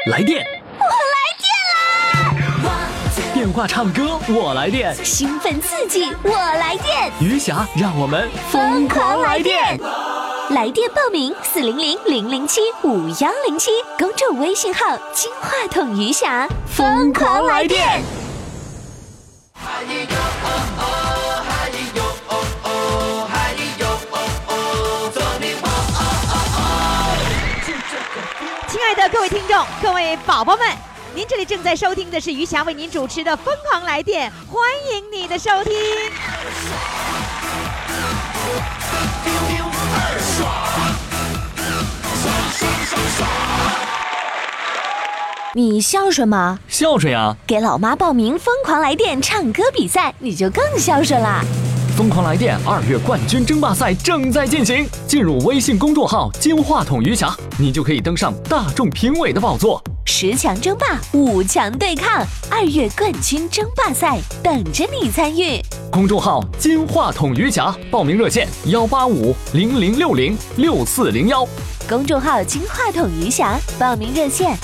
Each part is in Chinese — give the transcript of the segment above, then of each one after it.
来电，电话唱歌我来电， 兴奋刺激我来电， 余霞让我们疯狂来电。 来电报名400-007-5107，公众微信号金话筒余霞，疯狂来电。 亲爱的各位听众，各位宝宝们，您这里正在收听的是余霞为您主持的《疯狂来电》，欢迎你的收听。 你孝顺吗？ 孝顺呀！ 给老妈报名疯狂来电唱歌比赛，你就更孝顺啦！ 疯狂来电2月冠军争霸赛正在进行，进入微信公众号金话筒余霞，你就可以登上大众评委的宝座。 10强争霸，5强对抗，2月冠军争霸赛等着你参与。 公众号金话筒余霞，报名热线185-0060-6401。 公众号金话筒余霞，报名热线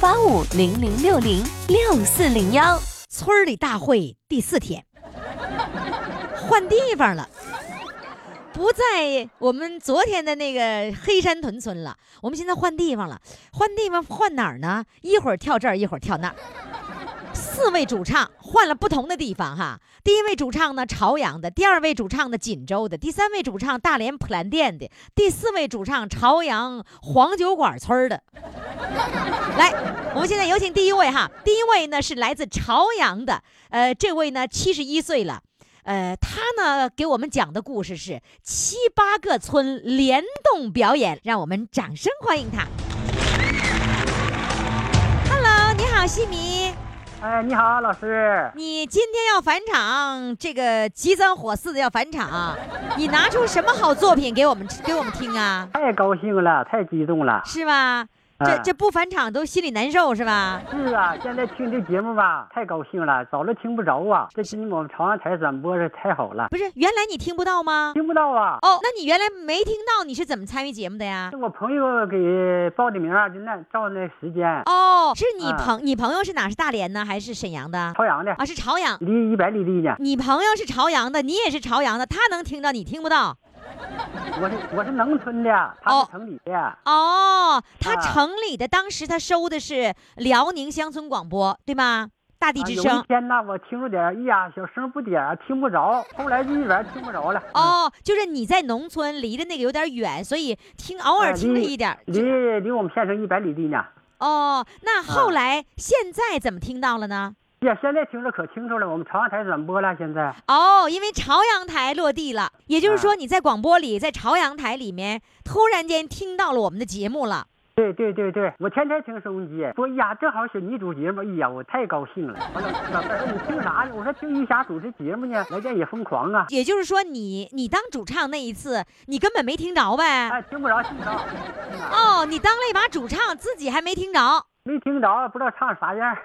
185-0060-6401。 村里大会第4天，换地方了，不在我们昨天的那个黑山屯村了，我们现在换地方了。换地方换哪儿呢？一会儿跳这儿，一会儿跳那儿。4位主唱换了不同的地方哈。第1位主唱呢朝阳的，第2位主唱呢锦州的，第3位主唱大连普兰店的，第4位主唱朝阳黄酒馆村的。来，我们现在有请第1位哈。第1位呢是来自朝阳的，这位呢71岁了。他呢给我们讲的故事是7、8个村联动表演，让我们掌声欢迎他。Hello， 你好，西米。 你好，老师。 你今天要返场，这个急三火四的要返场，你拿出什么好作品给我们听啊？ 太高兴了，太激动了， 是吧？这不返场都心里难受是吧？ 是啊，现在听这节目吧，太高兴了，早就听不着啊。这今我们朝阳台转播是太好了。 不是，原来你听不到吗？ 听不到啊。 哦，那你原来没听到，你是怎么参与节目的呀？ 是我朋友给报的名啊，就照那时间。 哦，是你朋友是哪？是大连呢，还是沈阳的？ 朝阳的啊，是朝阳， 离100里地呢。 你朋友是朝阳的，你也是朝阳的，他能听到，你听不到。 我是农村的，他是城里的。 哦，他城里的，当时他收的是辽宁乡村广播，对吗？大地之声。 有一天呢，我听着点，小声不点，听不着，后来就一点听不着了。 哦，就是你在农村，离着那个有点远，所以偶尔听了一点。 离我们县城100里地呢。 哦，那后来现在怎么听到了呢？ 呀，现在听着可清楚了，我们朝阳台转播了，现在。 哦，因为朝阳台落地了，也就是说你在广播里，在朝阳台里面，突然间听到了我们的节目了。 对，我天天听收音机，说呀，正好是你主节目，我太高兴了。老师说你听啥呢？我说听余霞主持节目呢，来电也疯狂啊。 也就是说你当主唱那一次，你根本没听着呗？ 听不着，听不着。 哦，你当了一把主唱，自己还没听着。 没听着，不知道唱啥样。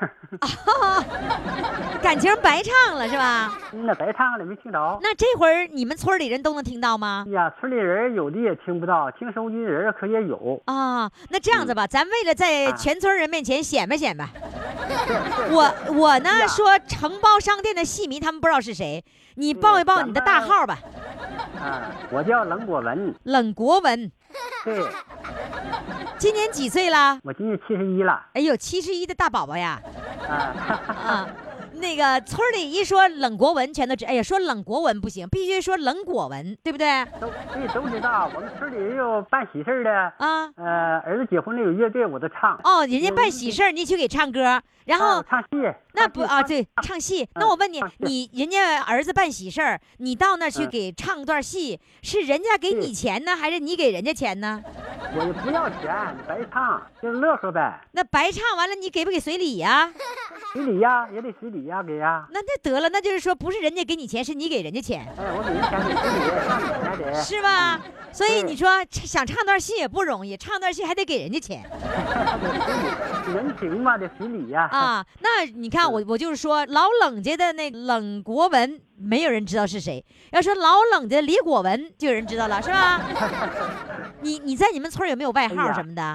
感情白唱了是吧？ 那白唱了，没听着。 那这会儿你们村里人都能听到吗？ 村里人有的也听不到，听收音机人可也有啊。那这样子吧，咱为了在全村人面前显摆显摆，我呢说承包商店的戏迷他们不知道是谁，你报一报你的大号吧。 我叫冷国文。 冷国文。 对。 今年几岁了？ 我今年71了。 哎呦，71的大宝宝呀！那个村里一说冷国文，全都知。哎呀，说冷国文不行，必须说冷果文，对不对？ 都知道。我们村里也有办喜事的啊。儿子结婚那有乐队，我都唱。 哦，人家办喜事你去给唱歌，然后唱戏。 那不啊，对，唱戏。那我问你，人家儿子办喜事你到那去给唱段戏，是人家给你钱呢，还是你给人家钱呢？ 我也不要钱，白唱，就是乐呵呗。 那白唱完了，你给不给随礼呀？ 随礼呀，也得随礼呀，给呀。 那得了，那就是说不是人家给你钱，是你给人家钱。 我给人钱得随礼，唱礼还得。 是吧？所以你说想唱段戏也不容易，唱段戏还得给人家钱。 人情嘛，得随礼呀。 啊，那你看我就是说，老冷家的那冷国文，没有人知道是谁。要说老冷家的李果文，就有人知道了，是吧？你在你们村有没有外号什么的？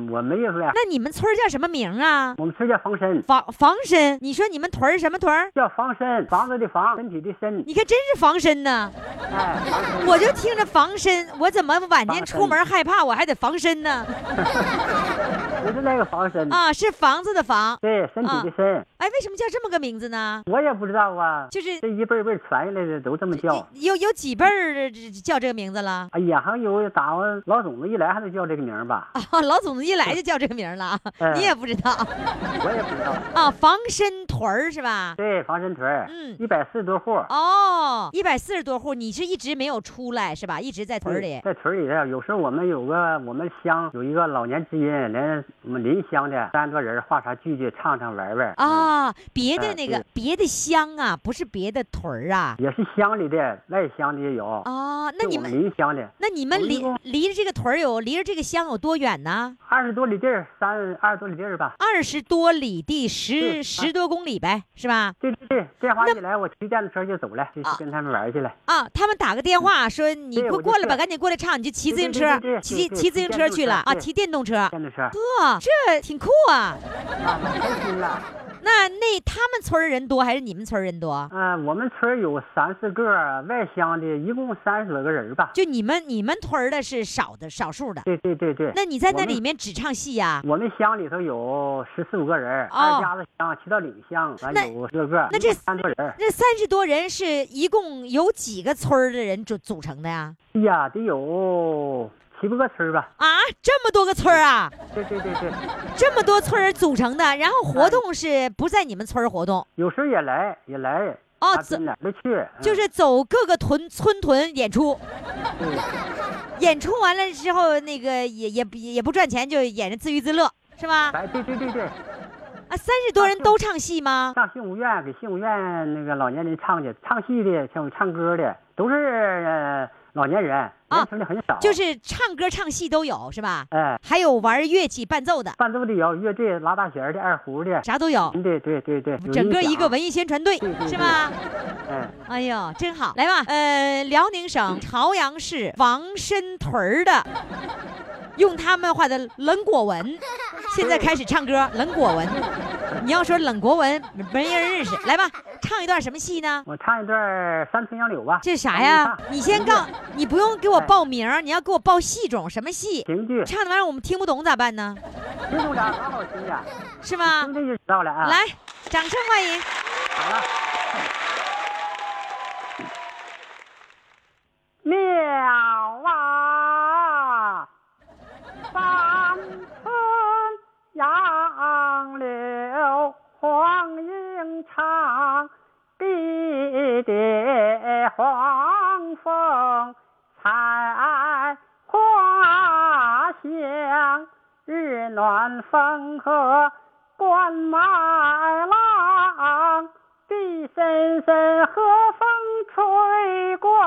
我没有说呀。 那你们村叫什么名啊？ 我们村叫房参。 房参，你说你们屯什么屯？ 叫房参，房子的房，身体的身。 你看真是防身呢。 哎， 我就听着防身，我怎么晚间出门害怕，我还得防身呢？ 不是那个防身啊，是房子的房。 对，身体的身。 哎，为什么叫这么个名字呢？ 我也不知道啊， 就是这一辈辈传下来的都这么叫。 有几辈儿叫这个名字了？ 哎呀，还有打老总子一来还得叫这个名吧？ 啊，老总子一来就叫这个名了，你也不知道？ 我也不知道啊，防身屯是吧？ 对，防身屯，140多户。 哦，140多户，你是一直没有出来是吧？一直在屯里。 在屯里头，有时候我们乡有一个老年之音，连我们邻乡的30多人画啥聚唱玩玩。 啊，别的那个别的乡啊，不是别的屯啊， 也是乡里的，外乡的也有。 哦，那你们邻乡的， 那你们离着这个屯离着这个乡有多远呢 ？20多里地儿，20多里地儿吧。 20多里地，十多公里呗，是吧？ 对，电话一来，我骑电动车就走了，就去跟他们玩去了。 啊，他们打个电话说你过来吧，赶紧过来唱，你就骑自行车，骑自行车去了啊，骑电动车。 电动车。 呵，这挺酷啊！ 开心了。 那他们村人多还是你们村人多？ 我们村有3、4个，外乡的一共30多个人吧。 就你们村的是少数的。 对。 那你在那里面只唱戏呀？ 我们乡里头有14、15个人，二家子乡、七道岭乡，完有10个。 那这 30多人， 这30多人是一共有几个村的人组成的呀？ 哎呀，得有7、8个村吧。 啊，这么多个村啊！ 对。 这么多村组成的，然后活动是不在你们村活动？ 有时也来。 哦， 哪儿都去， 就是走各个村屯演出。演出完了之后，那个也不赚钱，就演着自娱自乐，是吧？ 哎，对。 啊，30多人都唱戏吗？ 上幸福院给幸福院那个老年人唱去，唱戏的像唱歌的都是老年人，年轻的很少。 就是唱歌唱戏都有是吧？ 哎， 还有玩乐器伴奏的有乐队、拉大弦的、二胡的， 啥都有。 对， 整个一个文艺宣传队是吧？哎呦，真好！来吧，辽宁省朝阳市王参屯的，用他们话的冷果文，现在开始唱歌冷果文。你要说冷国文，没人认识。来吧，唱一段什么戏呢？ 我唱一段《山村杨柳》吧。 这是啥呀？你先你不用给我报名，你要给我报戏种，什么戏？ 评剧。 唱的玩意儿我们听不懂咋办呢？ 听懂了，老好听呀。 是吗？ 听这就知道了啊。 来，掌声欢迎。 好了。了啊，山村杨柳黄莺唱，碧蝶黄蜂采花香，日暖风和关麦浪，地深深和风吹过，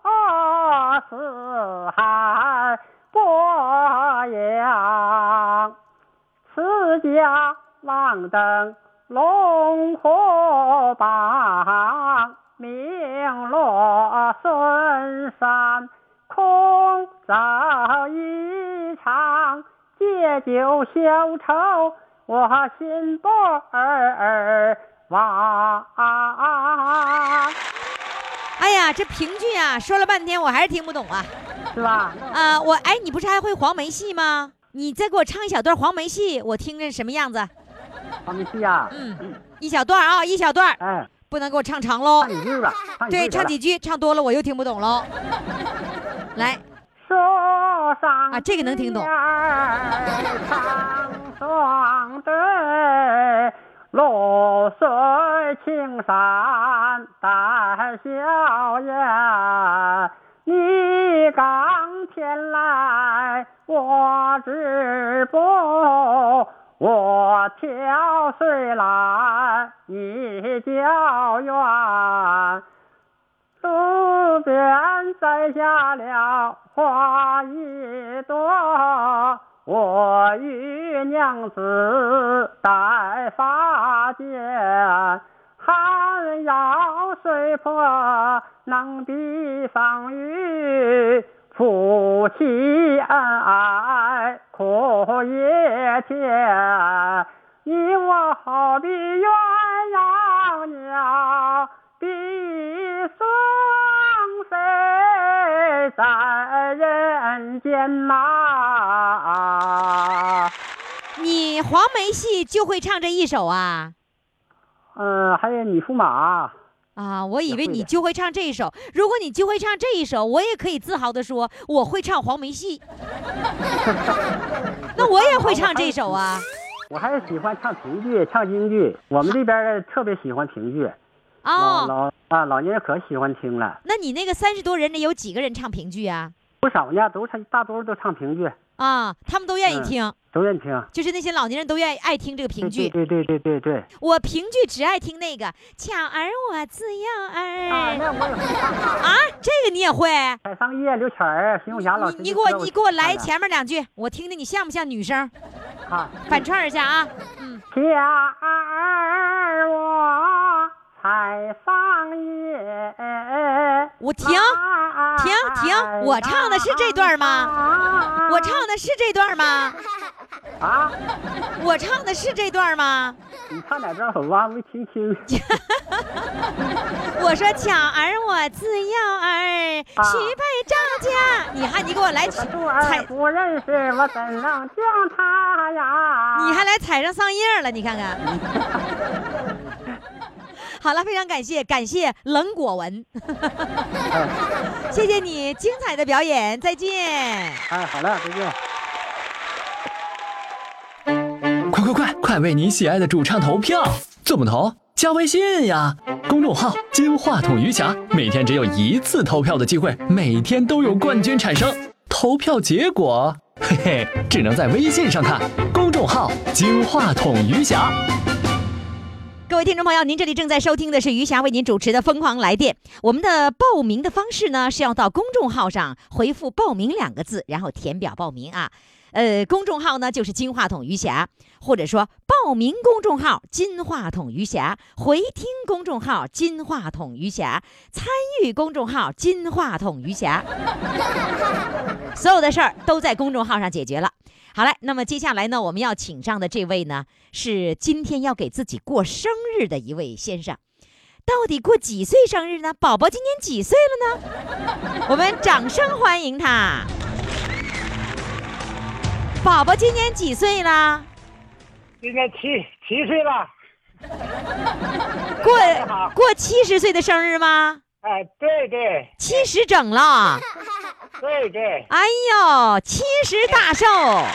四海播扬。此家望登龙虎榜，名落孙山，空找一场，借酒消愁，我心不忘。 哎呀，这评剧啊，说了半天我还是听不懂啊， 是吧？ 你不是还会黄梅戏吗？你再给我唱一小段黄梅戏，我听着什么样子？ 黄梅戏啊， 一小段啊，一小段， 哎， 不能给我唱长喽。 唱几句吧， 对，唱几句，唱多了我又听不懂喽。来， 说上啊，这个能听懂。 长双对，露水青山带笑颜。你刚前来我直播，我挑水来你较远。路边摘下了花一朵，我与娘子戴发间。寒窑水泊能比上雨，夫妻恩爱苦也甜，你我好比鸳鸯鸟，比双飞在人间呐。 你黄梅戏就会唱这一首啊？ 还有你驸马啊，我以为你就会唱这一首。如果你就会唱这一首，我也可以自豪地说我会唱黄梅戏。那我也会唱这首啊。 我还是喜欢唱评剧、唱京剧。我们这边特别喜欢评剧。 哦， 老年人可喜欢听了。 那你那个30多人里有几个人唱评剧啊？ 不少呢，大多数都唱评剧啊，他们都愿意听。 都愿意听， 就是那些老年人都爱听这个评剧。 对。我评剧只爱听那个巧儿我自幼儿。 那我也会唱啊，这个你也会？ 采桑叶、刘巧儿、邢永霞老师。 你给我来前面2句，我听听你像不像女生？ 啊， 反串一下啊。 巧儿我采桑叶。 我停，我唱的是这段吗？我唱的是这段吗？ 啊！ 我唱的是这段吗？ 你唱哪段？我没听清。 我说巧儿我自幼儿，许配赵家。你给我来踩， 不认识我怎能叫他呀？ 你还来踩上桑叶了？你看看。好了，非常感谢冷果文。谢谢你精彩的表演，再见。 好了，再见。 快为你喜爱的主唱投票！怎么投？加微信呀，公众号金话筒余霞，每天只有1次投票的机会，每天都有冠军产生。投票结果，只能在微信上看。公众号金话筒余霞。 各位听众朋友，您这里正在收听的是余霞为您主持的《疯狂来电》。我们的报名的方式呢，是要到公众号上回复“报名”2个字，然后填表报名啊。公众号呢就是金话筒余霞，或者说报名公众号金话筒余霞，回听公众号金话筒余霞，参与公众号金话筒余霞，所有的事儿都在公众号上解决了。好嘞，那么接下来呢，我们要请上的这位呢，是今天要给自己过生日的一位先生。到底过几岁生日呢？宝宝今年几岁了呢？我们掌声欢迎他。宝宝今年几岁了？ 今年七岁了。 过70岁的生日吗？ 对。 70整了。 对。 哎呦，70大寿。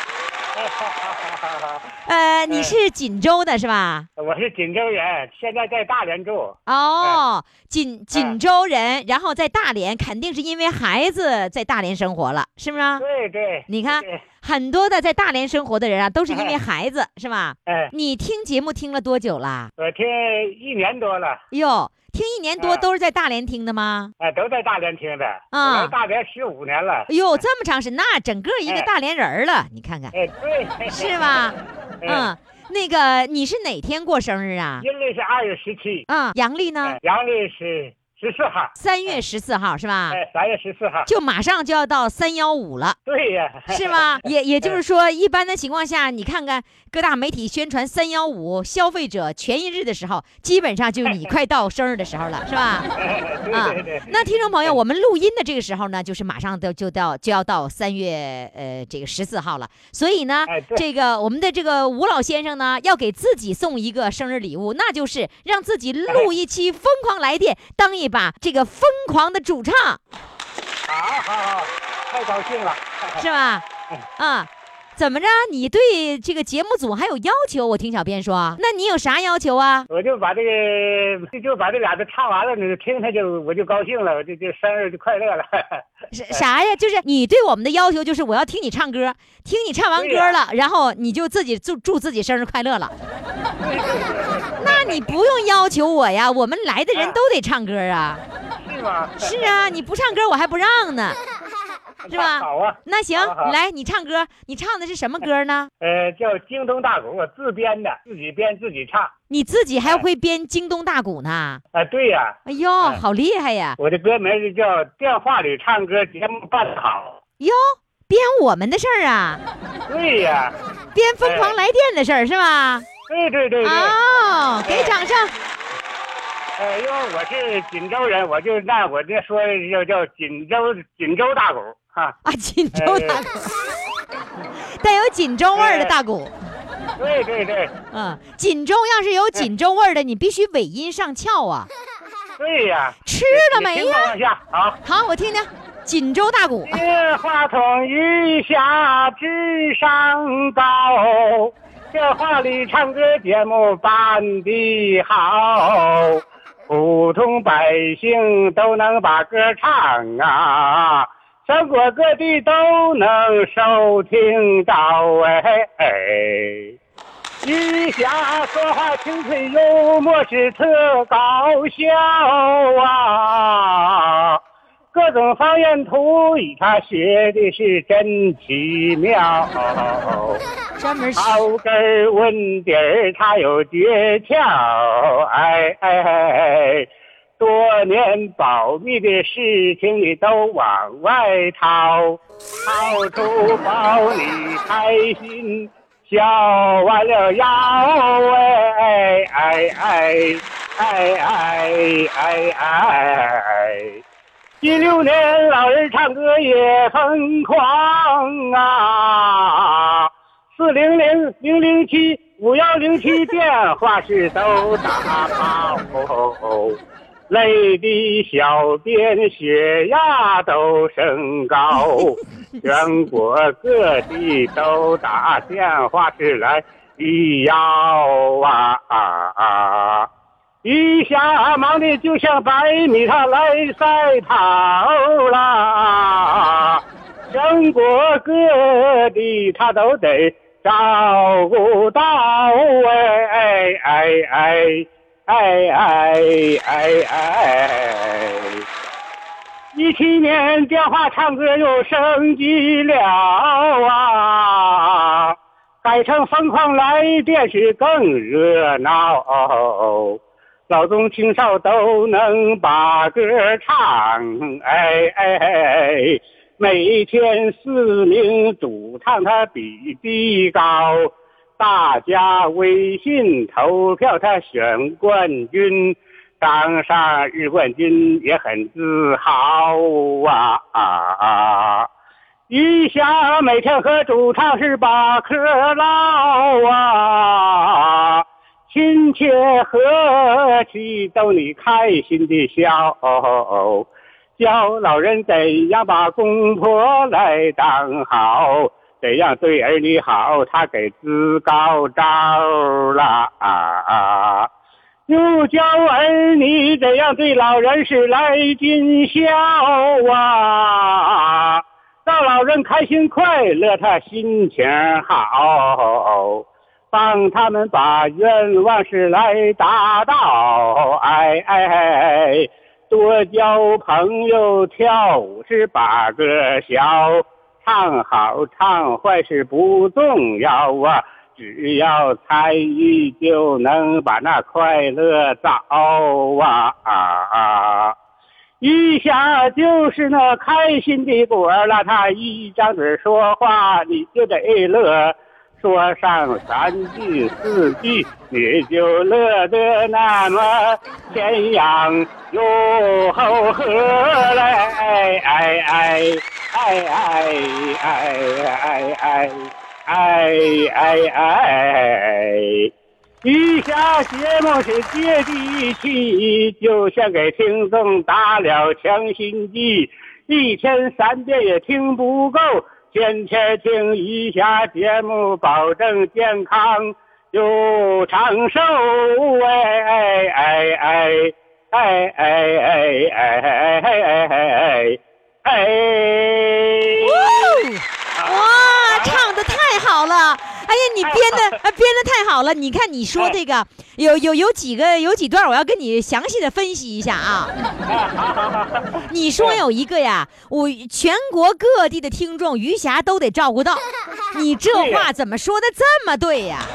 你是锦州的是吧？ 我是锦州人，现在在大连住。 哦，锦州人，然后在大连，肯定是因为孩子在大连生活了，是不是？ 对。 你看，很多的在大连生活的人啊，都是因为孩子，是吧？你听节目听了多久了？ 我听1年多了。 哟，听1年多都是在大连听的吗？ 都在大连听的。我来大连15年了。 哟，这么长时间，那整个一个大连人了，你看看。 对。 是吧？那个你是哪天过生日啊？ 阴历是2月17。 阳历呢？ 阳历是14号。 3月14号是吧 ？3月14号。 就马上就要到315了。 对呀。 是吗？也就是说，一般的情况下，你看看各大媒体宣传315消费者权益日的时候，基本上就是你快到生日的时候了，是吧？ 对。 那听众朋友，我们录音的这个时候呢，就是马上就要到3月这个14号了，所以呢，这个我们的这个吴老先生呢，要给自己送一个生日礼物，那就是让自己录一期《疯狂来电》，当一把这个疯狂的主唱。 好，太高兴了， 是吧？怎么着？你对这个节目组还有要求？我听小编说，那你有啥要求啊？ 我就把这俩字唱完了，你听他我就高兴了，我就生日就快乐了。 啥呀？就是你对我们的要求就是我要听你唱歌，听你唱完歌了，然后你就自己祝自己生日快乐了。那你不用要求我呀，我们来的人都得唱歌啊。 是吗？ 是啊，你不唱歌我还不让呢。是吧？ 好啊， 那行，来，你唱歌，你唱的是什么歌呢？ 叫《京东大鼓》，我自编的，自己编自己唱。 你自己还会编京东大鼓呢？ 对呀。 哎呦，好厉害呀！ 我的歌名就叫《电话里唱歌节目办得好》。 哟， 编我们的事儿啊？ 对呀。 编疯狂来电的事儿是吧？ 对。 哦，给掌声。 因为我是锦州人，我就那我这说叫锦州大鼓哈。 啊，锦州大鼓，带有锦州味儿的大鼓。 对。 锦州要是有锦州味儿的，你必须尾音上翘啊。 对呀。 吃了没呀？好，我听听。锦州大鼓。 话筒雨下直上高，这话里唱歌节目办得好，普通百姓都能把歌唱啊，全国各地都能收听到。余霞说话清脆幽默是特搞笑啊，各种方言土语他学的是真奇妙， 专门刨根问底儿他有诀窍，多年保密的事情你都往外掏出包你开心笑完了腰16年老人唱歌也疯狂啊，400-007-5107电话是都打爆，累的小便血压都升高，全国各地都打电话是来要啊。余霞忙的就像100米他来赛跑啦，全国各地他都得照顾到17年电话唱歌又升级了啊，改成疯狂来电是更热闹，老中青少都能把歌唱，每天4名主唱他比例高，大家微信投票他选冠军，当上日冠军也很自豪啊。余霞每天和主唱是把嗑唠啊，亲切和气逗你开心的笑，教老人怎样把公婆来当好，怎样对儿女好，他给自高招了啊。又教儿女怎样对老人是来尽孝啊，让老人开心快乐他心情好，帮他们把愿望是来达到，多交朋友，跳舞是把歌小，唱好唱坏是不重要啊，只要参与就能把那快乐找啊。余霞就是那开心的果了，他一张嘴说话你就得乐，说上3句4句你就乐得那么前仰又后合嘞，余霞节目是接地气，就像给听众打了强心剂，1天3遍也听不够，天天听余霞节目，保证健康又长寿。 哇，唱得太好了！哎呀，你编的太好了！你看你说这个有几段，我要跟你详细的分析一下啊。你说有一个呀，全国各地的听众余霞都得照顾到，你这话怎么说的这么对呀？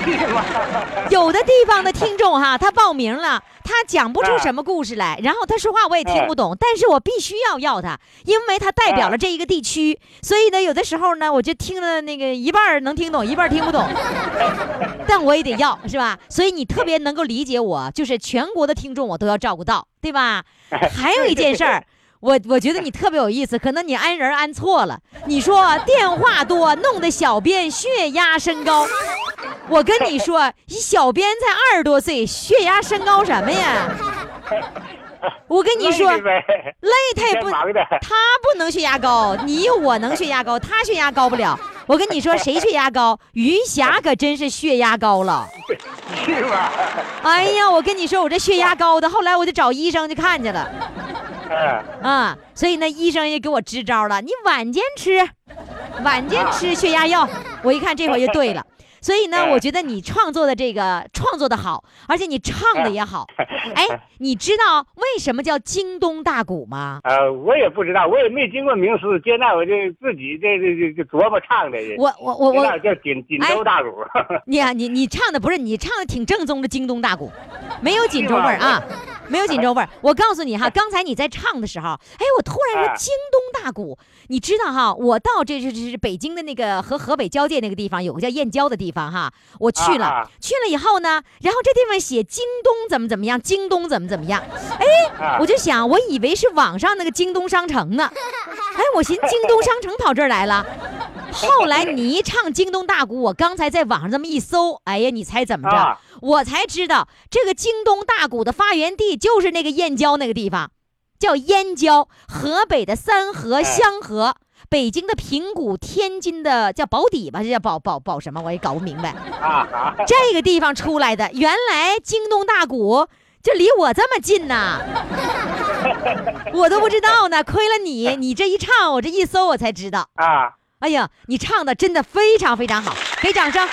有的地方的听众哈，他报名了，他讲不出什么故事来，然后他说话我也听不懂，但是我必须要他，因为他代表了这一个地区，所以呢，有的时候呢，我就听了那个一半能听懂，一半听不懂，但我也得要，是吧？所以你特别能够理解我，就是全国的听众我都要照顾到，对吧？还有一件事儿。我觉得你特别有意思，可能你安人安错了。你说电话多，弄得小编血压升高。我跟你说，小编才20多岁，血压升高什么呀？我跟你说，累他也不，他不能血压高，你我能血压高，他血压高不了。我跟你说，谁血压高？余霞可真是血压高了， 是吧？ 哎呀，我跟你说，我这血压高的，后来我就找医生去看去了。所以呢，医生也给我支招了，你晚间吃血压药。我一看这回就对了。所以呢，我觉得你创作的好，而且你唱的也好。哎，你知道为什么叫京东大鼓吗？ 我也不知道，我也没经过名师，现在我就自己这琢磨唱的。我叫锦州大鼓。 你唱的不是，你唱的挺正宗的京东大鼓，没有锦州味儿啊。没有锦州味儿。我告诉你哈，刚才你在唱的时候，哎，我突然说京东大鼓，你知道哈，我到这是北京的那个和河北交界那个地方，有个叫燕郊的地方哈，我去了，去了以后呢，然后这地方写京东怎么样，京东怎么样，哎，我就想，我以为是网上那个京东商城呢，哎，我寻京东商城跑这儿来了。后来你一唱京东大鼓，我刚才在网上这么一搜，哎呀，你猜怎么着？我才知道这个京东大鼓的发源地就是那个燕郊那个地方，叫燕郊，河北的三河、香河，北京的平谷，天津的叫宝坻吧，这叫宝什么，我也搞不明白。这个地方出来的，原来京东大鼓就离我这么近呐，我都不知道呢，亏了你这一唱，我这一搜我才知道啊。哎呀，你唱的真的非常非常好，给掌声。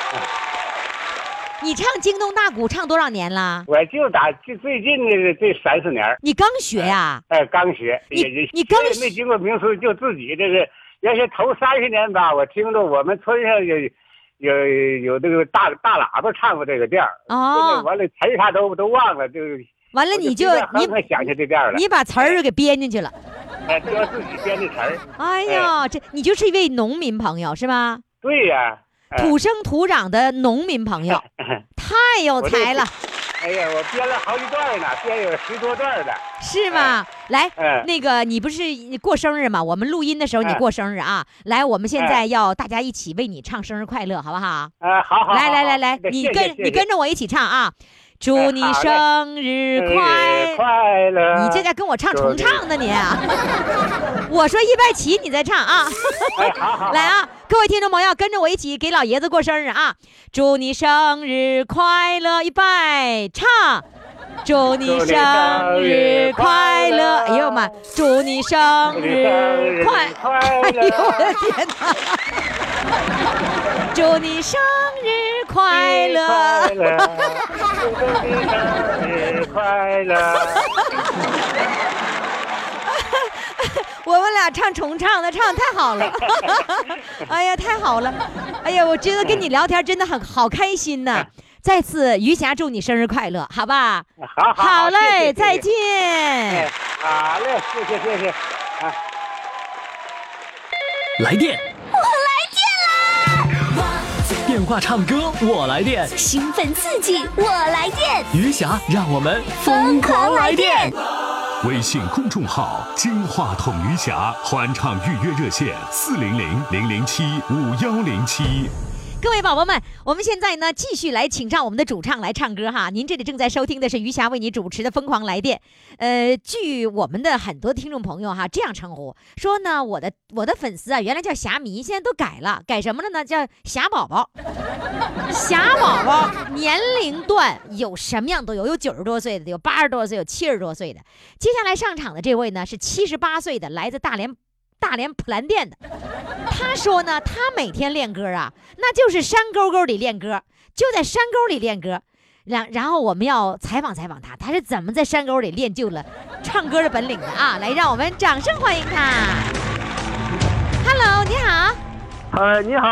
你唱京东大鼓唱多少年了？我就最近这3-4年。 你刚学呀？ 刚学。 你刚没经过名师，就自己这个，要是头30年吧，我听着我们村上有这个大喇叭唱过这个调儿。哦。完了词儿他都忘了，就完了你想起这调了。 你把词儿给编进去了。 就要自己编的词儿。 哎呀，这你就是一位农民朋友是吧？ 对呀。 土生土长的农民朋友，太有才了。 哎呀，我编了好几段呢，编有10多段的。是吗？来，那个你不是过生日吗？我们录音的时候你过生日啊。来，我们现在要大家一起为你唱生日快乐，好不好？ 好。 来，你跟着我一起唱啊！祝你生日快乐！你这在跟我唱重唱呢你？我说100起，你再唱啊！来啊，各位听众朋友，跟着我一起给老爷子过生日啊！祝你生日快乐，预备唱！祝你生日快乐！哎呦妈！祝你生日快乐！哎呦我的天哪！祝你生日快乐！ 祝你生日快乐！ 我们俩唱重唱的，唱太好了！哎呀，太好了！哎呀，我觉得跟你聊天真的好开心呐！再次，余霞祝你生日快乐，好吧？好嘞，谢谢再见。 好嘞，谢谢。 来电， 我来电啦！ 电话唱歌我来电， 兴奋刺激我来电， 余霞让我们疯狂来电。 微信公众号金话筒余霞欢唱预约热线400-007-5107。 各位宝宝们，我们现在呢继续来请上我们的主唱来唱歌哈。您这里正在收听的是余霞为你主持的疯狂来电。据我们的很多听众朋友哈这样称呼，说呢我的粉丝啊原来叫霞迷，现在都改了，改什么了呢？叫霞宝宝。霞宝宝年龄段有什么样都有90多岁的，有80多岁，有70多岁的。接下来上场的这位呢是78岁的，来自大连普兰店的。他说呢，他每天练歌啊，那就是山沟沟里练歌，就在山沟里练歌。然后我们要采访他是怎么在山沟里练就了唱歌的本领的啊！来，让我们掌声欢迎他。Hello， 你好。 你好。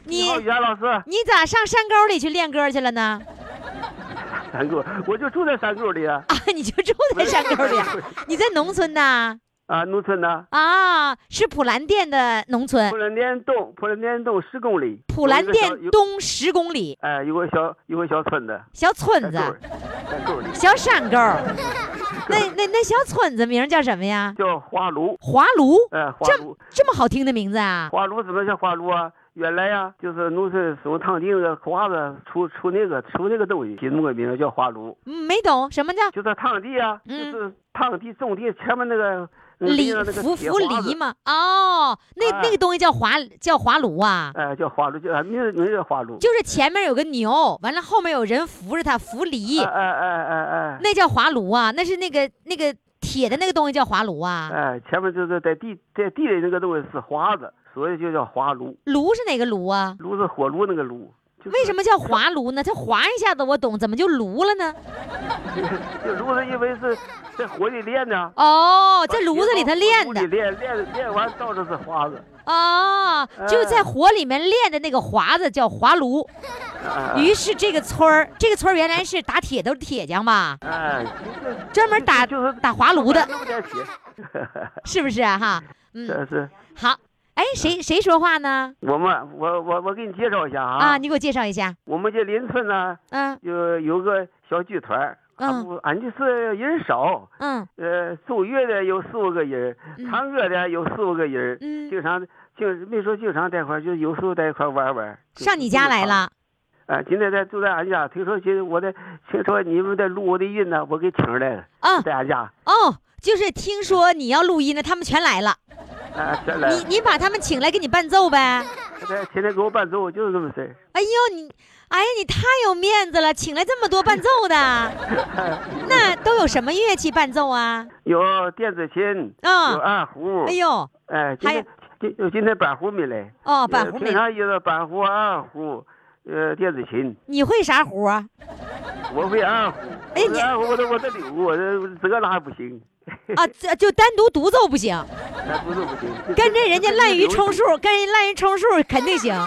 你好，于霞老师。 你咋上山沟里去练歌去了呢？ 山沟，我就住在山沟里啊。 啊，你就住在山沟里啊？你在农村呐？ 啊，农村呢？ 啊，是普兰店的农村。 普兰店东10公里。 普兰店东10公里。 哎，有个小村子。 小村子。 山沟里。 小山沟。那小村子名叫什么呀？ 叫华庐。 华庐。 华庐。 这么好听的名字啊？ 华庐怎么叫华庐啊？原来呀，就是农村使用堂地那个瓜子出那个东西，起那么个名叫华庐。 没懂什么叫？ 就是堂地啊，就是堂地种地前面那个。 福梨嘛，哦，那个东西叫华庐啊， 叫华庐，名叫华庐， 就是前面有个牛，完了后面有人扶着它扶梨，那叫华庐啊，那是那个铁的那个东西叫华庐啊， 前面就是在地里那个东西是华子，所以就叫华庐。 炉是哪个炉啊？ 炉是火炉那个炉。 为什么叫滑炉呢？它滑一下子我懂，怎么就炉了呢？ 这炉子因为是在火里炼的。 哦，在炉子里它炼的。 炼完到这是华子。 哦，就在火里面炼的那个华子叫华炉。于是这个村儿原来是打铁都是铁匠吧？专门打滑炉的。是不是啊？哈， 是。 好。哎，谁说话呢？ 我给你介绍一下啊！ 啊，你给我介绍一下。 我们这邻村呢，有个小剧团，俺就是人少，奏乐的有4、5个人，唱歌的有4、5个人，经常在一块，就有时候在一块玩玩。 上你家来了？ 今天住在俺家，听说你们在录我的音呢，我给请来了。在俺家。哦， 就是听说你要录音呢，他们全来了。你把他们请来给你伴奏呗？ 天天给我伴奏，就是这么事儿。 哎呦你太有面子了，请来这么多伴奏的。那都有什么乐器伴奏啊？ 有电子琴，有二胡。 哎呦， 今天板胡没来。 哦，板胡没来。 平常有板胡、二胡，电子琴。 你会啥胡啊？ 我会二胡。 哎，你二胡我这溜，我这拉还不行。 啊，就单独奏不行， 独奏不行， 跟着人家滥竽充数，肯定行，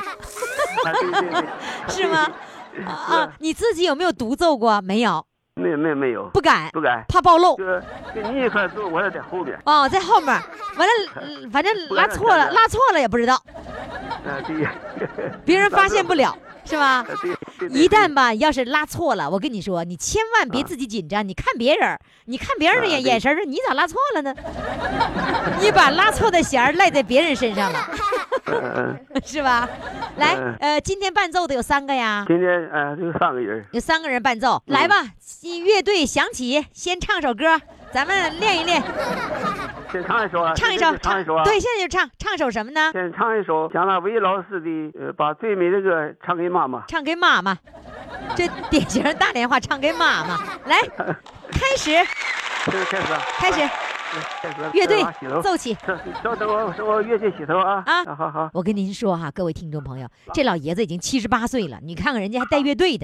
是吗？你自己有没有独奏过？没有， 没有， 不敢，怕暴露。 跟你一块奏，我在后面。 哦，在后面，完了，反正拉错了也不知道。 对， 别人发现不了。是吧？一旦吧，要是拉错了，我跟你说，你千万别自己紧张。你看别人的眼神，你咋拉错了呢？你把拉错的弦赖在别人身上了，是吧？来，今天伴奏的有3个呀。 今天有3个人， 有3个人伴奏。来吧，乐队响起，先唱首歌，咱们练一练。 先唱一首啊！ 唱一首啊！对，现在就唱首什么呢？ 先唱一首蒋大为老师的把最美的歌唱给妈妈。 唱给妈妈，这典型大连话，唱给妈妈。来，开始。开始。乐队奏起。 稍等我乐器洗头啊！好。 我跟您说哈，各位听众朋友，这老爷子已经78岁了，你看看人家还带乐队的。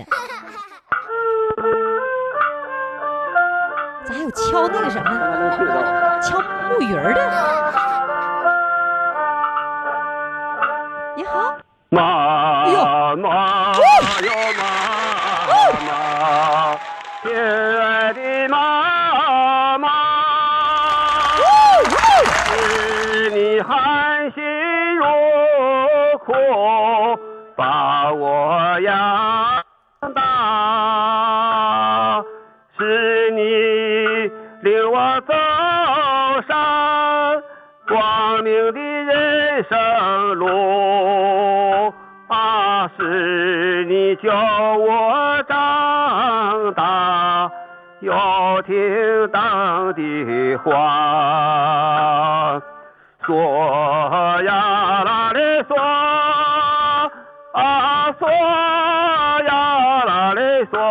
咋还有敲那个什么？敲木鱼儿的。你好， 妈妈哟妈妈，亲爱的妈妈，是你含辛茹苦把我养大，是你领我走上光明的人生路啊，是你教我长大要听当的话，说呀啦嘞说啊，说呀啦嘞说，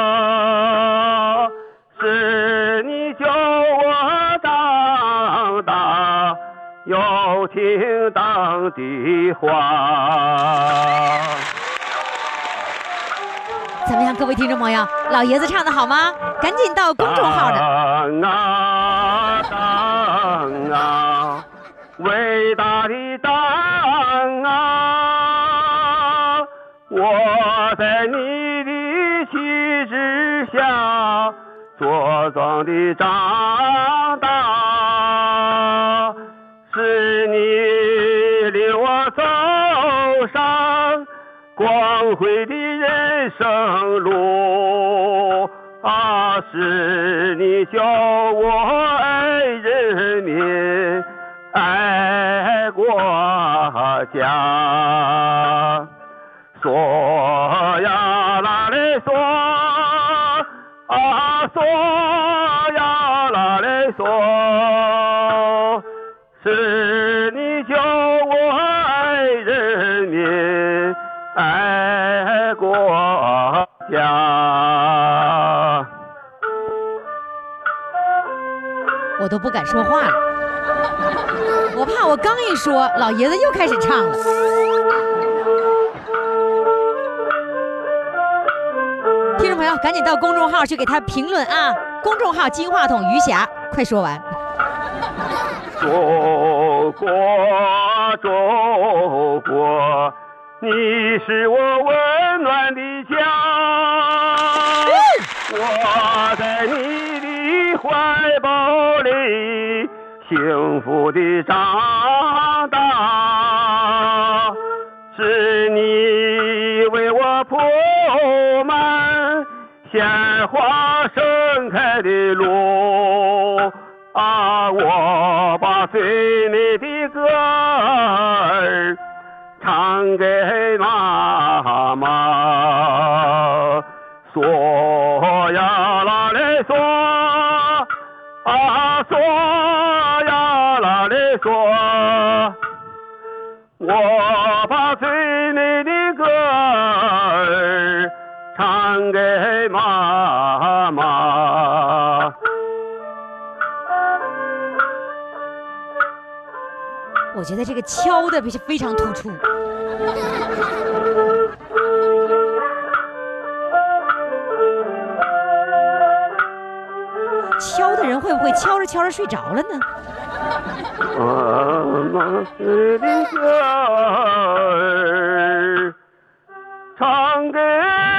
是你教我长大要听当的话。 怎么样，各位听众朋友，老爷子唱的好吗？赶紧到公众号的。 当啊，伟大的当啊， 在你的旗帜下茁壮地长大，是你领我走上光辉的人生路啊，是你教我爱人民爱国家。嗦呀啦嘞嗦啊，嗦呀啦嘞嗦，是你教我爱人民爱国家。 我都不敢说话了，我怕我刚一说，老爷子又开始唱了。听众朋友，赶紧到公众号去给他评论啊！公众号金话筒余霞，快说完。 中国，中国，你是我温暖的家，我在你的怀抱里幸福的长大，是你为我铺满鲜花盛开的路啊，我把最美的歌儿唱给妈妈，嗦呀啦嘞嗦啊，嗦呀啦嘞嗦，我把最美的歌儿唱给妈妈。 我觉得这个敲的非常突出。敲的人会不会敲着敲着睡着了呢？ 妈妈的歌儿唱给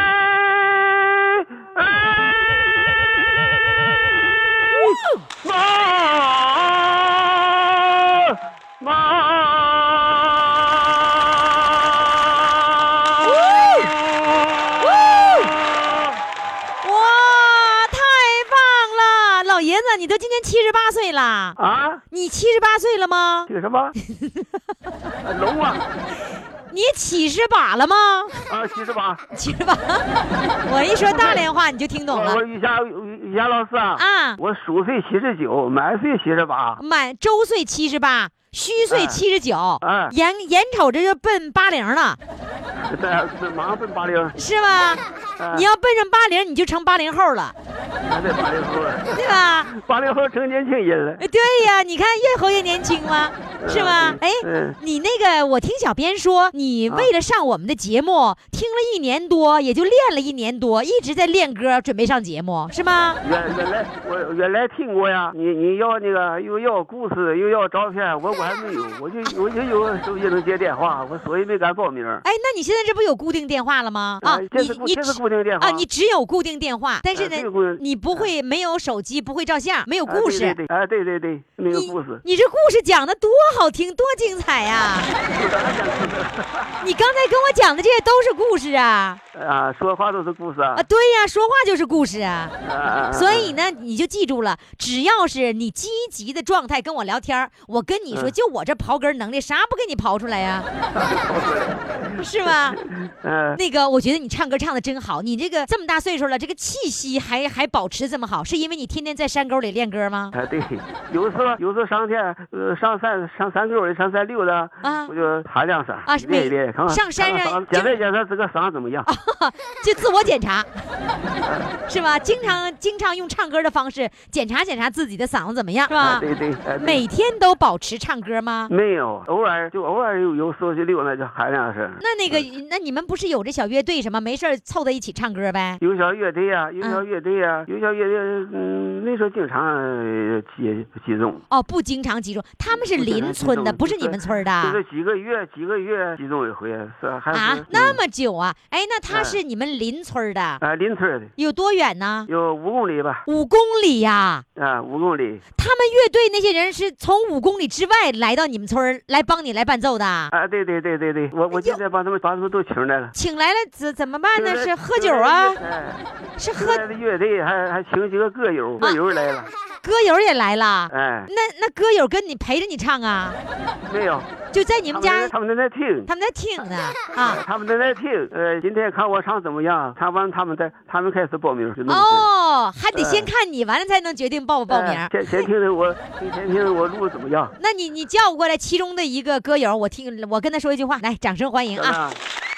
你都今年78岁了啊？你78岁了吗？ 这个什么？龙啊！ 你78了吗？ 啊，78。 我一说大连话你就听懂了。 我于霞老师啊，我属岁79，满岁78， 周岁78，虚岁79，眼瞅着就奔80了。 对，马上奔80， 是吗？你要奔上80，你就成80后了。 对，80后了， 对吧 ？80后成年轻人了。 对呀，你看越活越年轻吗？是吗？哎，你那个，我听小编说，你为了上我们的节目，听了1年多，也就练了1年多，一直在练歌，准备上节目，是吗？ 原来听过呀。你要那个又要故事又要照片，我还没有，我就有手机能接电话，我所以没敢报名。 哎，那你现在这不有固定电话了吗？ 啊，这是固定电话啊，你只有固定电话，但是呢，你不会没有手机，不会照相，没有故事。 对，没有故事。 你这故事讲的多好听，多精彩呀！你刚才跟我讲的这些都是故事啊！ 啊，说话都是故事啊！ 啊，对呀，说话就是故事啊！所以呢，你就记住了，只要是你积极的状态跟我聊天，我跟你说，就我这刨根能力，啥不给你刨出来呀？是吗？那个，我觉得你唱歌唱的真好，你这么大岁数了，这个气息还保持这么好，是因为你天天在山沟里练歌吗？ 啊，对，有时候上天上山沟里上山溜达啊，我就喊2声啊，练一练， 上山上检查这个嗓怎么样， 就自我检查，是吧？经常用唱歌的方式检查自己的嗓子怎么样，是吧？ 对， 每天都保持唱歌吗？ 没有，偶尔有时候去溜达就喊2声。 那你们不是有这小乐队什么？没事凑在一起唱歌呗？ 有小乐队呀，那没说经常集中。 哦，不经常集中，他们是邻村的，不是你们村的。 就是几个月集中一回，还是啊，那么久啊？哎，那他是你们邻村的？ 啊，邻村的。 有多远呢？ 有5公里吧。 5公里呀？ 啊，5公里。他们乐队那些人是从5公里之外来到你们村来帮你来伴奏的？ 啊，对，我今天把他们都请来了。 请来了怎么办呢？是喝酒啊？是喝的乐队还请几个歌友来了。 歌友也来了。 哎， 那歌友跟你陪着你唱啊？ 没有， 就在你们家。 他们在听。 他们在听呢啊。 他们在听。今天看我唱怎么样？唱完他们开始报名。 哦，还得先看你完了才能决定报不报名。 先听听我录怎么样？ 那你叫过来其中的一个歌友，我跟他说一句话，来，掌声欢迎啊！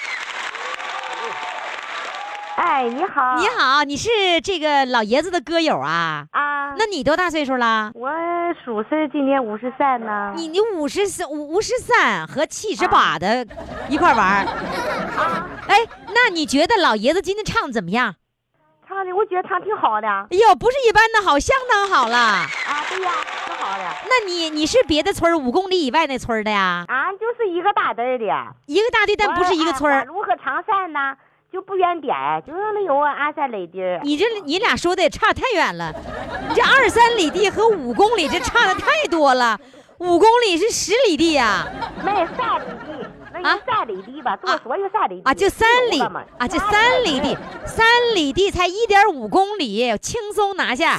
哎，你好， 你好，你是这个老爷子的歌友啊？ 啊， 那你多大岁数了？ 我属岁，今年53呢。 你53和78的一块玩啊？哎，那你觉得老爷子今天唱的怎么样？ 唱的我觉得唱挺好的。哎呦，不是一般的好，相当好了。 啊，对呀，挺好的。 那你是别的村5公里以外那村的呀？ 啊，就是一个大队的。 一个大队，但不是一个村。 如何唱山呢？就不远点，就是那有23里地。 你俩说的也差太远了，你这23里地和5公里这差的太多了，5公里是10里地呀。 那3里地，那有3里地吧？多说有3里地啊，就3里啊，这3里地，3里地才1.5公里，轻松拿下。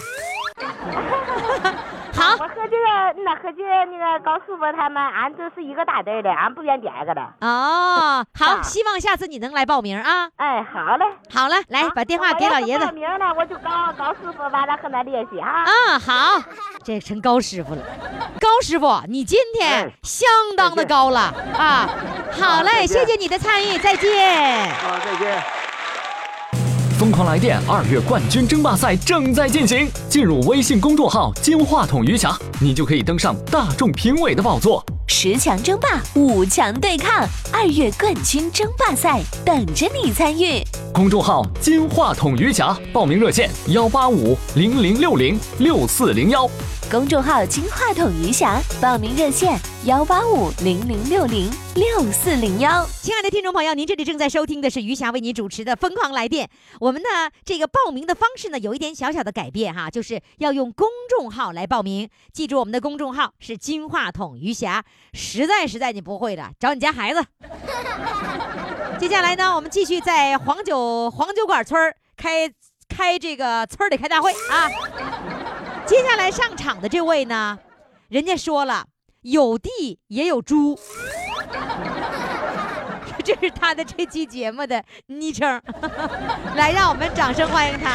好， 我和那个高师傅他们，俺都是一个大队的，俺不远点个的。 哦，好，希望下次你能来报名啊。 哎，好嘞， 好了，来把电话给老爷子。 报名了，我就高师傅完了和他联系啊。 啊，好，这成高师傅了。高师傅，你今天相当的高了啊。好嘞，谢谢你的参与，再见。 好，再见。 疯狂来电2月冠军争霸赛正在进行，进入微信公众号金话筒余霞，你就可以登上大众评委的宝座。 10强争霸，5强对抗，2月冠军争霸赛等着你参与。 公众号金话筒余霞，报名热线18500606401。 公众号金话筒余霞，报名热线18500606401。 亲爱的听众朋友，您这里正在收听的是余霞为您主持的疯狂来电。我们呢这个报名的方式呢有一点小小的改变哈，就是要用公众号来报名。记住我们的公众号是金话筒余霞，实在你不会的，找你家孩子。接下来呢，我们继续在黄酒馆村开这个村里开大会啊。接下来上场的这位呢，人家说了有地也有猪，这是他的这期节目的昵称。来，让我们掌声欢迎他。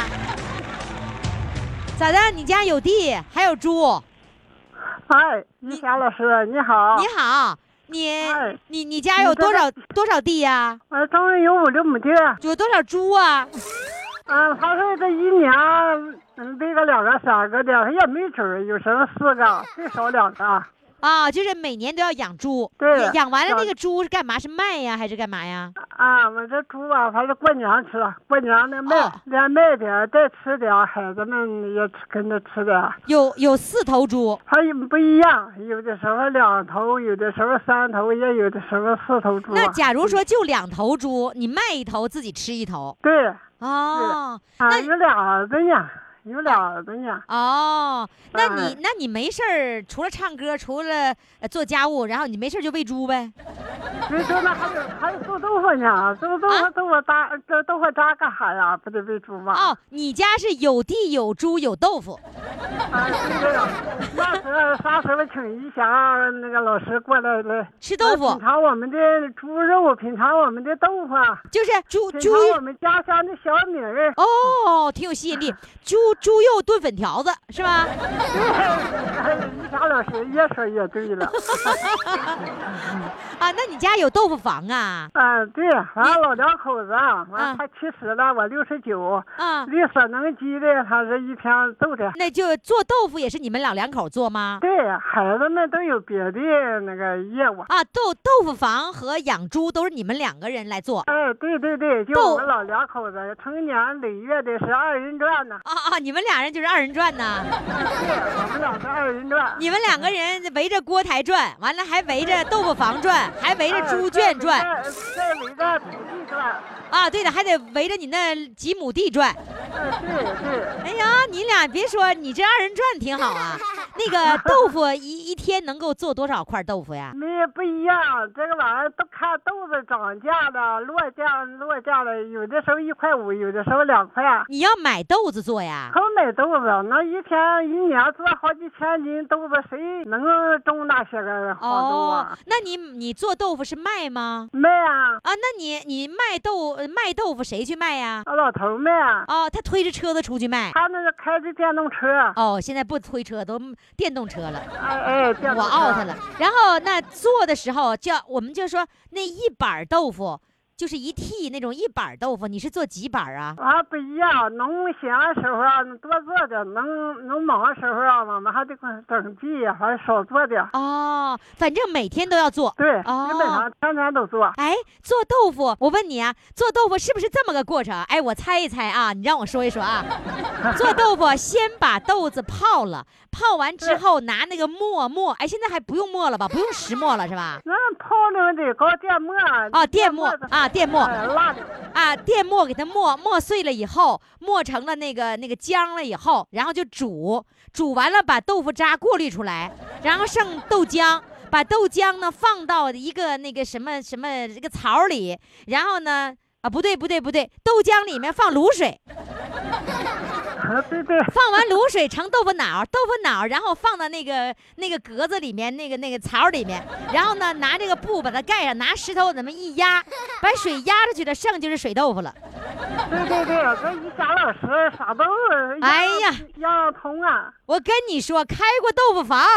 咋的？你家有地还有猪？ 哎，余霞老师你好。 你好，你家有多少地呀？ 总共有5、6亩地。 有多少猪啊？ 他说这一年喂个2个、3个的，也没准有时候4个，最少2个。 啊，就是每年都要养猪。 对， 养完了那个猪是干嘛？是卖呀，还是干嘛呀？ 我这猪啊，反正过年吃，过年的卖，连卖点带吃点，孩子们也跟着吃点。 有4头猪， 它不一样，有的时候2头，有的时候3头，也有的时候4头猪。 那假如说就2头猪，你卖1头，自己吃1头。 对。 哦， 那有2儿子呢。有2儿子呢。 哦，那你没事儿，除了唱歌，除了做家务，然后你没事就喂猪呗？ 喂猪那还得做豆腐呢，做豆腐渣干啥呀？不得喂猪吗？ 哦，你家是有地有猪有豆腐。 对呀，那时啥时候请余霞那个老师过来吃豆腐， 品尝我们的猪肉，品尝我们的豆腐， 就是猪我们家乡的小米儿。 哦，挺有吸引力，猪肉炖粉条子是吧？ 余霞老师越说越对了。 啊，那你家有豆腐房啊？ 对，俺老2口子，完他70了，我69。力所能及的，他是一天揍的。 那就做豆腐也是你们老2口做吗？ 对，孩子们都有别的那个业务啊。豆腐房和养猪都是你们2个人来做。 对，就我们老2口子，成年累月的是2人转呢。 你们2人就是2人转呢。 我们俩是二人转。 你们2个人围着锅台转，完了还围着豆腐房转，还围着猪圈转， 再围着土地转。 啊，对了，还得围着你那几亩地转。 对。 哎呀，你俩别说，你这2人转挺好啊。那个豆腐一天能够做多少块豆腐呀？ 不一样，这个玩意儿都看豆子涨价的，落价的，有的时候1块5，有的时候2块。 你要买豆子做呀？ 可买豆子，那一年做好几千斤豆子，谁能种那些个好豆啊？ 那你做豆腐是卖吗？ 卖啊！ 啊，那你卖豆腐谁去卖呀？ 老头卖啊！ 哦，他推着车子出去卖。 他那个开着电动车。 哦，现在不推车，都电动车了。 电动车。 我 out 了。然后那做的时候我们就说那1板豆腐。就是1屉那种1板豆腐，你是做几板啊？ 不一样，能闲的时候啊多做点，能忙的时候啊，我们还得整季还少做点。 哦，反正每天都要做。 对，基本上天天都做。 哎，做豆腐，我问你啊，做豆腐是不是这么个过程？哎，我猜一猜啊，你让我说一说啊。做豆腐先把豆子泡了，泡完之后拿那个磨，哎，现在还不用磨了吧？不用石磨了是吧？ 那泡那得搞电磨。 哦，电磨啊。电磨电磨给它磨碎了以后，磨成了那个浆了以后，然后就煮完了，把豆腐渣过滤出来，然后剩豆浆，把豆浆呢放到一个那个什么这个槽里，然后呢不对，豆浆里面放卤水。 对， 放完卤水成豆腐脑，然后放到那个格子里面，那个槽里面，然后呢拿这个布把它盖上，拿石头怎么一压，把水压出去了，剩就是水豆腐了。 对，这于霞老师啥都哎呀样通啊！ 我跟你说，开过豆腐房。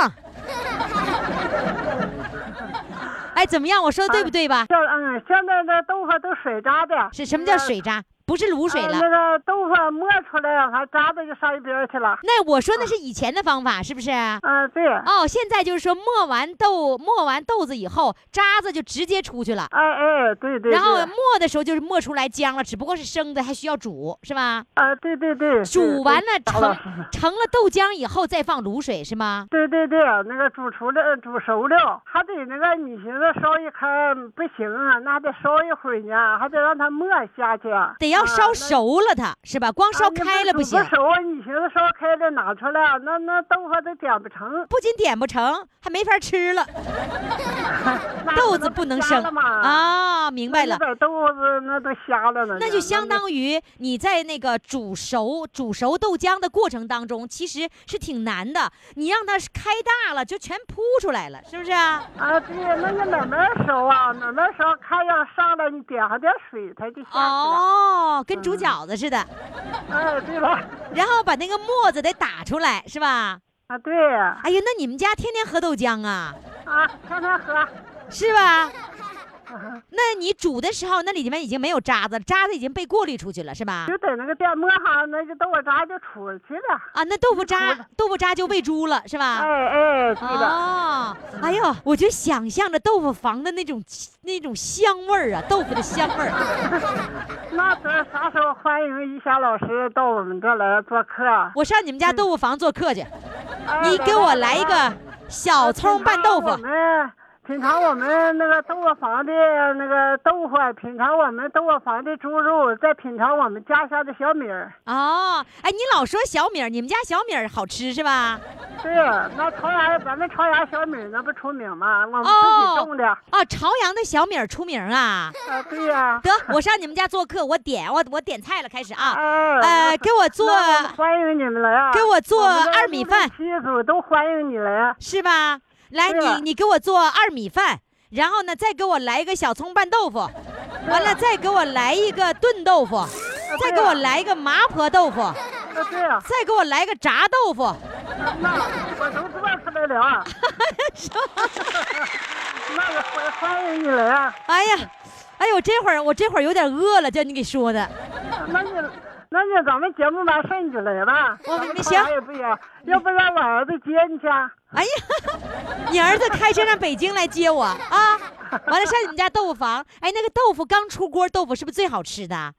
哎，怎么样？我说的对不对吧？ 现在的豆腐都水渣的。 是什么叫水渣？不是卤水了。 那个豆腐磨出来，它渣子就上一边去了。 那我说那是以前的方法，是不是？ 对。 哦，现在就是说磨完豆子以后，渣子就直接出去了。 对。 然后磨的时候就是磨出来浆了，只不过是生的，还需要煮，是吧？ 对。 煮完了成了豆浆以后再放卤水，是吗？ 对，那个煮熟了，还得那个你寻思烧一开不行啊，那得烧一会儿呢，还得让它磨下去。 得要烧熟了它，是吧？光烧开了不行。 不熟，你寻思烧开了拿出来，那豆腐都点不成。 不仅点不成，还没法吃了。豆子不能生啊，明白了。 豆子那都瞎了呢。 那就相当于你在那个煮熟豆浆的过程当中，其实是挺难的。你让它开大了，就全扑出来了，是不是啊？ 对，那你慢慢烧啊，看要上来，你点上点水，它就下去了。 哦，跟煮饺子似的。 对了。 然后把那个沫子得打出来，是吧？ 对。 哎呀，那你们家天天喝豆浆啊？ 天天喝。 是吧？那你煮的时候，那里面已经没有渣子，渣子已经被过滤出去了，是吧？ 就等那个电磨上，那个豆腐渣就出去了。 那豆腐渣就喂猪了，是吧？ 对的。 哦，哎呦，我就想象着豆腐房的那种香味儿啊，豆腐的香味儿。 那咱啥时候欢迎于霞老师到我们这来做客？ 我上你们家豆腐房做客去，你给我来一个小葱拌豆腐。 品尝我们那个豆腐房的那个豆腐，品尝我们豆腐房的猪肉，再品尝我们家乡的小米儿。 哎，你老说小米儿，你们家小米儿好吃是吧？ 对，那咱们朝阳小米儿那不出名吗？我们自己种的。 朝阳的小米儿出名啊？ 对呀。 得，我上你们家做客，我点菜了，开始啊。给我做。 欢迎你们来啊！ 给我做2米饭。 七组都欢迎你来， 是吧？来，你给我做2米饭，然后呢，再给我来一个小葱拌豆腐，完了再给我来一个炖豆腐，再给我来一个麻婆豆腐，再给我来个炸豆腐。 那我都做出来了。 是吧？ 那个欢迎你来啊！ 哎呀，我这会儿有点饿了，叫你给说的。 那你咱们节目完事你就来吧。 我没行， 要不然我儿子接你去。 哎呀，你儿子开车上北京来接我啊？完了上你们家豆腐房。哎，那个豆腐刚出锅，豆腐是不是最好吃的？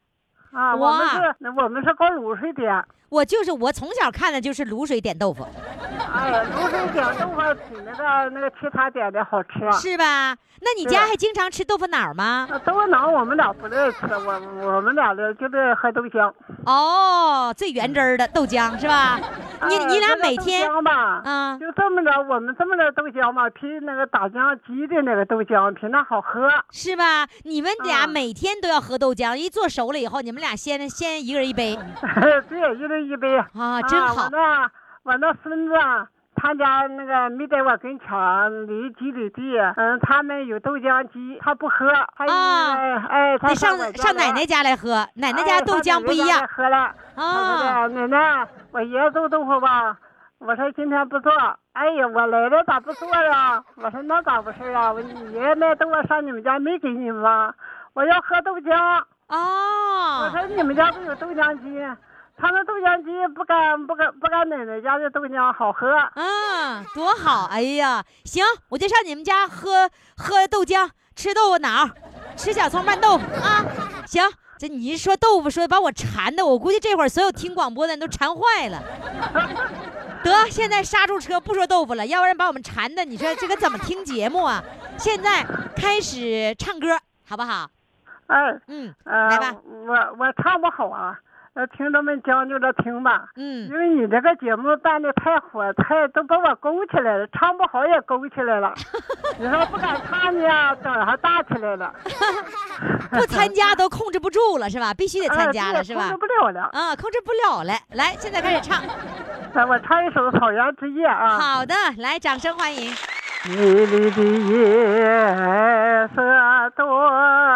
啊，我们是搞卤水点。 我从小看的就是卤水点豆腐。 哎呀，卤水点豆腐比那个其他点的好吃， 是吧？那你家还经常吃豆腐脑吗？ 豆腐脑我们俩不乐意吃，我们俩的就是喝豆浆。 哦，最原汁的豆浆是吧？你俩每天吧，就这么着，我们这么着豆浆嘛，比那个打浆机的那个豆浆比那好喝， 是吧？你们俩每天都要喝豆浆，一做熟了以后，你们俩先一个人一杯。 对，一人一杯啊，真好。 我那孙子啊，他家那个没在我跟前，离几里地，他们有豆浆机，他不喝，他得上奶奶家来喝，奶奶家豆浆不一样。 喝了啊，奶奶，我爷爷做豆腐吧，我说今天不做，哎呀，我来了咋不做呀？我说那咋回事啊？你爷爷买豆腐上你们家没给你们吗？我要喝豆浆。 哦， 我说你们家不有豆浆机？他那豆浆机不干奶奶家的豆浆好喝。 多好！哎呀，行，我就上你们家喝豆浆，吃豆腐脑，吃小葱拌豆腐啊。行，这你一说豆腐，说把我馋的，我估计这会儿所有听广播的人都馋坏了。得，现在刹住车，不说豆腐了，要不然把我们馋的，你说这个怎么听节目啊？现在开始唱歌，好不好？来吧。 我唱不好啊。听众们将就着听吧，因为你这个节目办的太火，都把我勾起来了，唱不好也勾起来了。你说不敢唱呢，等还大起来了。 不参加都控制不住了是吧？必须得参加了是吧？ 控制不了了啊，控制不了了。来，现在开始唱。 我唱一首《草原之夜》啊。 好的，来，掌声欢迎。 迷离的夜色多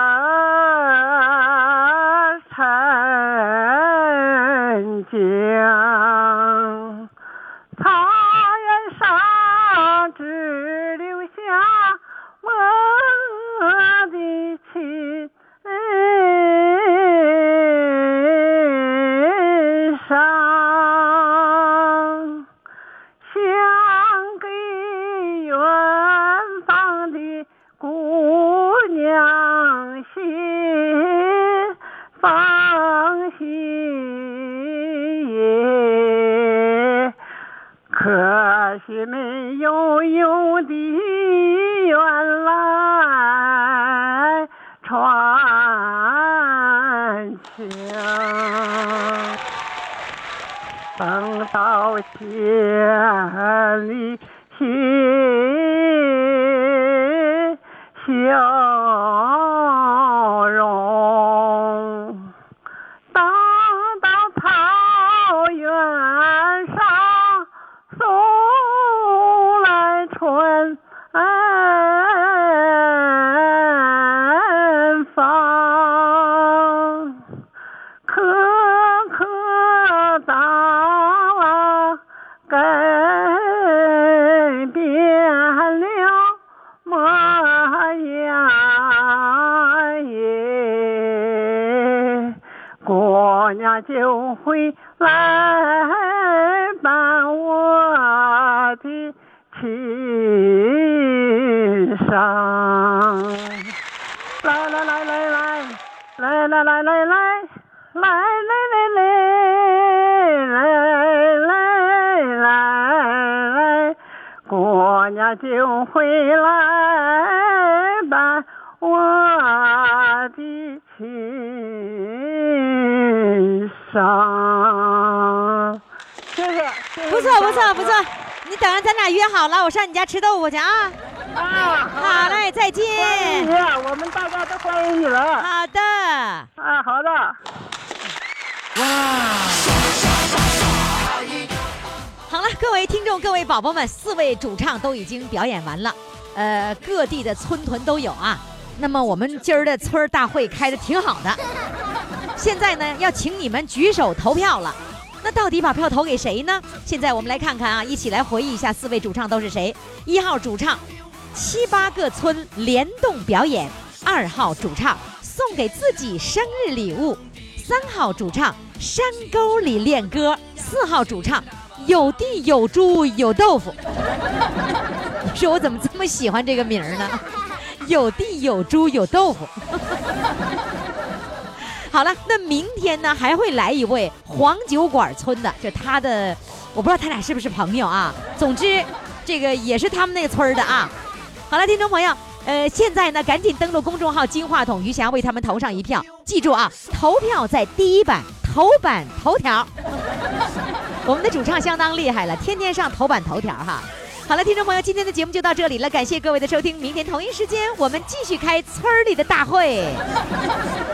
沉静，草原上只留下我的亲伤，想给远方的姑娘心放心，可惜没有用的缘来传情，等到千里笑容，等到草原上送来春风，颗颗大浪改变了模样耶，姑娘就会来伴我的亲伤。来来来来来来来来来来来来来，姑娘就会来伴我的亲伤。谢谢， 不错不错不错，你等着咱俩约好了，我上你家吃豆腐去啊。好嘞，再见。 我们大家都欢迎你了。 好的。 好的。 好了，各位听众，各位宝宝们，4位主唱都已经表演完了，各地的村屯都有啊。那么我们今儿的村大会开得挺好的，现在呢要请你们举手投票了。那到底把票投给谁呢？现在我们来看看啊，一起来回忆一下4位主唱都是谁。1号主唱，7、8个村联动表演；2号主唱，送给自己生日礼物；3号主唱，山沟里练歌；4号主唱，有地有猪有豆腐。你说我怎么这么喜欢这个名儿呢？有地有猪有豆腐。 好了，那明天呢还会来一位黄酒馆村的，就他的，我不知道他俩是不是朋友啊。总之，这个也是他们那个村的啊。好了，听众朋友，现在呢赶紧登录公众号金话筒余霞，为他们投上一票。记住啊，投票在第一版头版头条。我们的主唱相当厉害了，天天上头版头条哈。好了，听众朋友，今天的节目就到这里了，感谢各位的收听，明天同一时间我们继续开村里的大会。